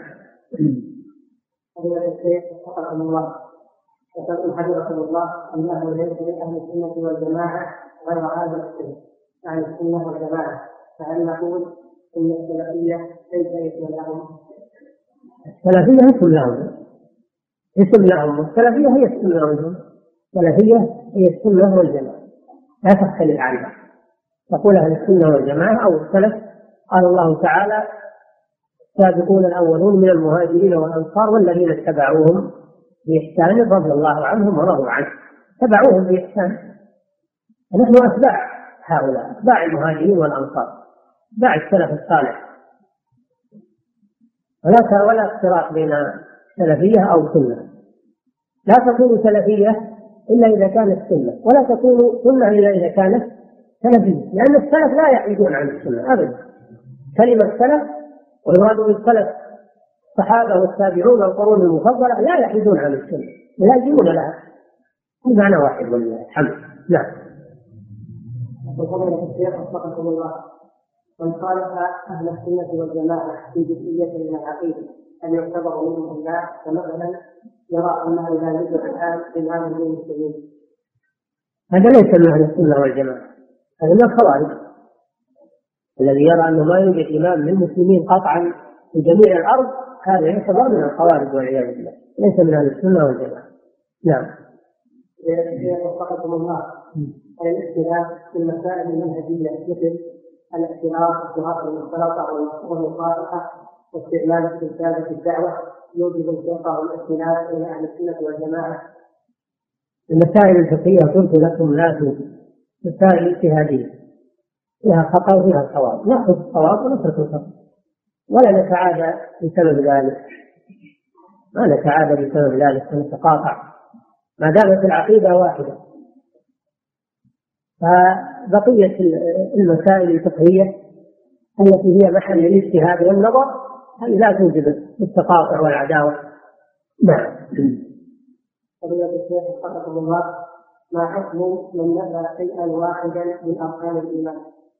وفقكم الله، يقول حفظكم الله أنه ليس لأهل السنة والجماعة غير هذا السنة عن السنة والجماعة، فهل نقول إن السلفية ليس اسم لهم؟ السلفية اسم لهم، اسم لهم، السلفية هي السنة والجماعة، السلفية هي السنة والجماعة لا تختلف عنها. تقول أهل السنة والجماعة أو السلف، قال الله تعالى السابقون الأولون من المهاجرين والأنصار والذين اتبعوهم بإحسان رضي الله عنهم ورضوا عنه، تبعوهم بإحسان. نحن أتباع هؤلاء، أتباع المهاجرين والأنصار، أتباع السلف الصالح، ولا ولا اختلاط بين سلفية أو سنة. لا تكون سلفية إلا إذا كانت سنة، ولا تكون سنة إلا إذا كانت سلفية، لأن السلف لا يحيدون عن السنة أبدا. كلمة سلف ويراد بالسلف الصحابة والتابعون والقرون المفضلة لا يحيدون عن السنة، يلازمون لها، المعنى واحد والله الحمد. نعم. وقال الشيخ وفقكم الله، من خالف أهل السنة والجماعة في جزئية من العقيدة أن يعتبر منهم الله، فمثلا يرى أنه لا يوجد الآن إمام للمسلمين، هذا ليس من أهل السنة والجماعة، هذا من الخوارج. الذي يرى أنه ما يوجد إمام للمسلمين قطعا في جميع الأرض هذا يعتبر من الخوارج والعياذ بالله، ليس من أهل السنة والجماعة. نعم. وفقكم الله، الاختلاف في المسائل المنهجية مثل الاختلاف الصراط المختلطة والمصالحة واستعمال التلفاز في الدعوة يوجب الفرقة والاختلاف بين أهل السنة والجماعة. المسائل الفقهية قلت لكم لا توجد، مسائل اجتهادية فيها خطأ وفيها صواب، نأخذ الصواب ونترك الخطأ، ولا نتعادى بسبب ذلك، ما نتعادى بسبب ذلك ونتقاطع ما دامت العقيدة واحدة. فبقية المسائل الفقهية التي هي محل الاجتهاد والنظر هذه لا توجب التقاطع والعداوة. نعم. فضيلة الشيخ وفقكم الله، ما حكم من نفى شيئا واحدا من أركان الإيمان؟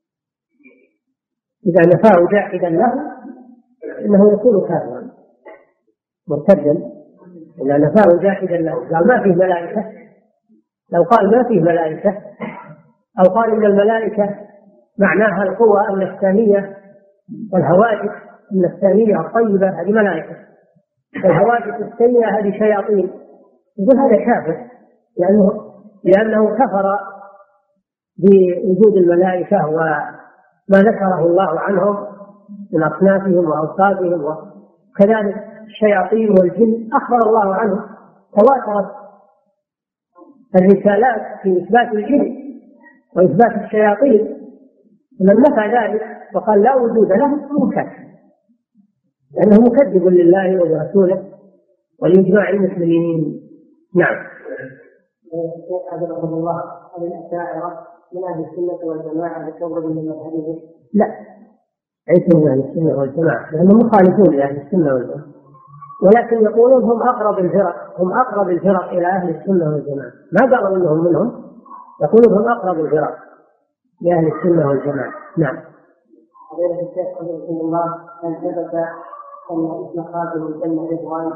إذا نفاه جاحدا له إنه يكون كافرا مرتدا. إذا نفاه جاحدا له قال ما فيه ملائكة، لو قال ما فيه ملائكة أو قال إن الملائكة معناها القوى النفسانية والهواجس النفسانية الطيبة هذه ملائكة، والهواجس السيئة هذه شياطين، يقول هذا كافر لأنه لأنه كفر بوجود الملائكة وما ذكره الله عنهم من أصنافهم وأوصافهم، وكذلك الشياطين والجن أخبر الله عنهم، تواترت الرسالات في إثبات الجن وإثبات الشياطين، ومن نفى ذلك وقال لا وجود له هو كافر لأنه مكذب لله ولرسوله ولإجماع المسلمين. نعم. حفظكم الله، هل الأشاعرة من أهل السنة والجماعة بكبر من مذهبهم؟ لا، ليسوا من أهل السنة والجماعة لأنهم مخالفون لأهل السنة والجماعة، ولكن يقولون هم أقرب الفرق، هم أقرب الفرق إلى أهل السنة والجماعة، ما قالوا أنهم منهم، يقولون هم أقرب الفرق لأهل السنة والجماعة. نعم. فضيلة الشيخ رحمه الله، هل ثبت أن اسم خازن الجنة رضوان؟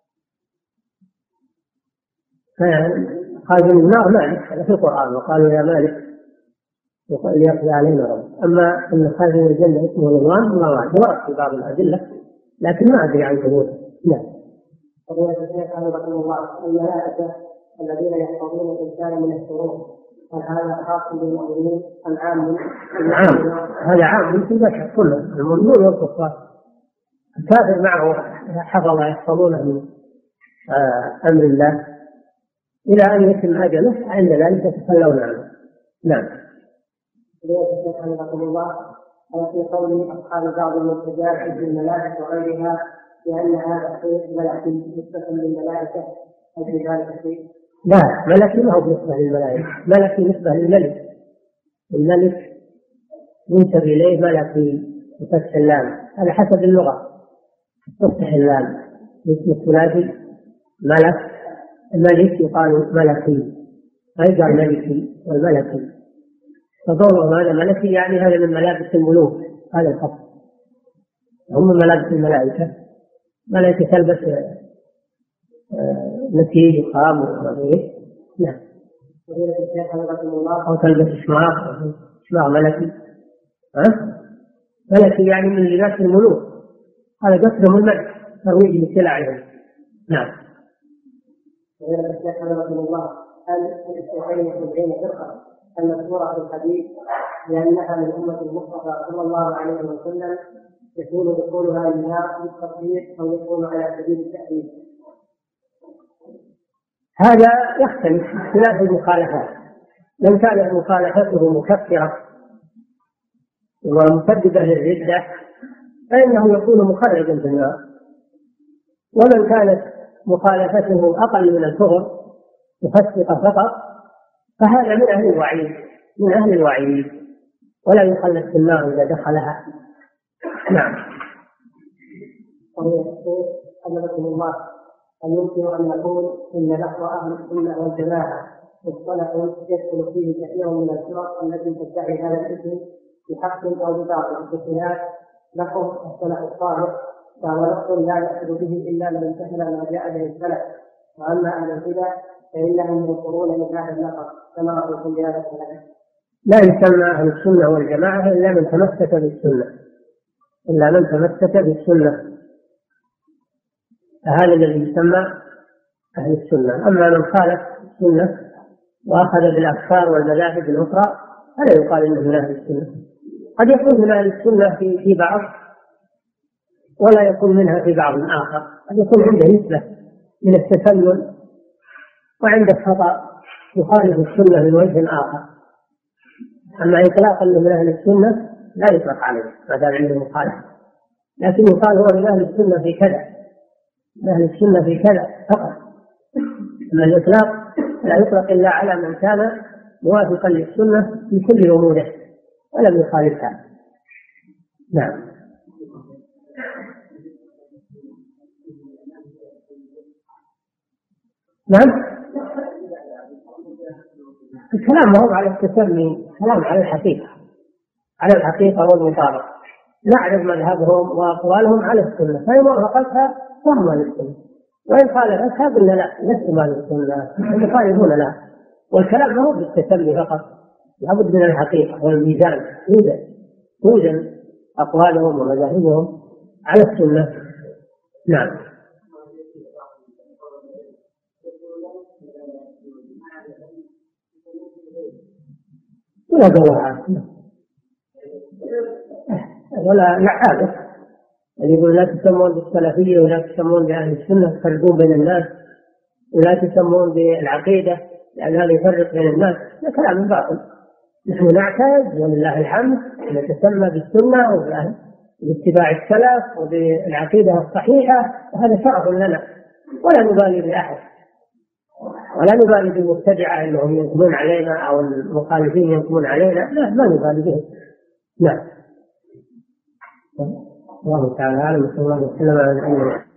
خازن النار مالك، هذا في القرآن، وقالوا يا مالك ليقضي علينا ربك. أما أن خازن الجنة اسمه رضوان الله أعلم، ورد في بعض الأدلة لكن ما أدري عن ثبوته. نعم. فضيلة الشيخ رحمه الله، الملائكة الذين يحفظون الإنسان من الشرور، هل هذا خاص بالمؤمنين أم عام؟ عام، هذا عام في البشر كله، المؤمنون والكفار. الكافر معه حفظ يحفظونه من أمر الله إلى أن يتم أجله، عند ذلك يتخلون عنه. نعم. فضيلة الشيخ رحمه الله، في قول أصحاب بعض المرتجات في الملائكة وغيرها لأن هذا شيء ملكي نسبة للملائكة، هل في ذلك شيء؟ لا، ملكي ما هو بالنسبة للملائكة، ملكي بالنسبة للملك. الملك ينسب إليه ملكي بفتح اللام، على حسب اللغة تفتح اللام. اسم الثلاثي ملك، الملك يقال ملكي، أيضا ملكي والملكي، فضوء هذا ملكي يعني هذا من ملابس الملوك، هذا الخط هم من ملابس الملائكة. ملائكة تلبس نسيج وخام وغيره. نعم. أو تلبس شماغ، شماغ ملكي. ها؟ ملكي يعني من لباس الملوك، هذا قصرهم الملك ترويج لسلعهم. نعم. هل الشيخين يحبين فرقة المذكورة في الحديث لأنها من أمة المصطفى صلى الله عليه وسلم يكون دخولها النار بالتطبيق أو يكون على سبيل التأكيد؟ هذا يختلف اختلاف المخالفات. من كانت مخالفته مكفرة ومسببة للردة فإنه يكون مخرجا في النار، ومن كانت مخالفته أقل من الكفر مفسقة فقط فهذا من أهل الوعيد، من أهل الوعيد ولا يخلد في النار إذا دخلها. نعم. حفظكم الله، هل يمكن أن نقول إن نحو أهل السنة والجماعة مصطلح يدخل فيه كثير من الفرق التي تدعي هذا الاسم بحق أو بباطل، بخلاف لكم السلف الصالح فهو لفظ لا يأخذ به إلا من امتثل ما جاء به السلف، وأما أهل البدع فإنهم ينكرون من هذا اللفظ كما قلتم بهذا الكلام. لا يسمى أهل السنة والجماعة إلا من تمسك بالسنة، إلا من تمسك بالسنة، فهذا الذي يسمى أهل السنة. أما من خالف السنة وأخذ بالأفكار والمذاهب الأخرى فلا يقال إنه من أهل السنة. قد يكون من أهل السنة في في بعض ولا يكون منها في بعض آخر، قد يكون عنده نسبة من التسلل وعنده خطأ يخالف السنة من وجه آخر. أما إطلاقا من أهل السنة لا يطلق عليه ما دام عنده مخالفة، لكن يقال هو من أهل السنة في كذا، من أهل السنة في كذا فقط. أما الإطلاق لا يطلق إلا على من كان موافقا للسنة في كل أموره ولم يخالفها. نعم. نعم. الكلام هو على التسمي، كلام على الحقيقة، على الحقيقة والمطابقة. نعرف مذهبهم وأقوالهم على السنة، فإن وافقتها فهم للسنة، وإن خالفتها قلنا لا لستم على السنة، يخالفون لا. والكلام هو بالتسمي فقط، لابد من الحقيقة والميزان، توزن توزن أقوالهم ومذاهبهم على السنة. نعم. ولا جواب ولا لعابة اللي يقول لا تسمون بالسلفية ولا تسمون بأهل السنة تفرقون بين الناس ولا تسمون بالعقيدة لأن هذا يفرق بين الناس، هذا كلام باطل. نحن نعتز ولله الحمد نتسمى بالسنة وباتباع السلف وبالعقيدة الصحيحة، وهذا شرف لنا، ولا نبالي بأحد ولا نبالي بالمبتدعة أنهم ينكمون علينا أو المخالفين ينكمون علينا، لا ما نبالي بهم. نعم. الله تعالى أعلم. صلى الله عليه وسلم على نبينا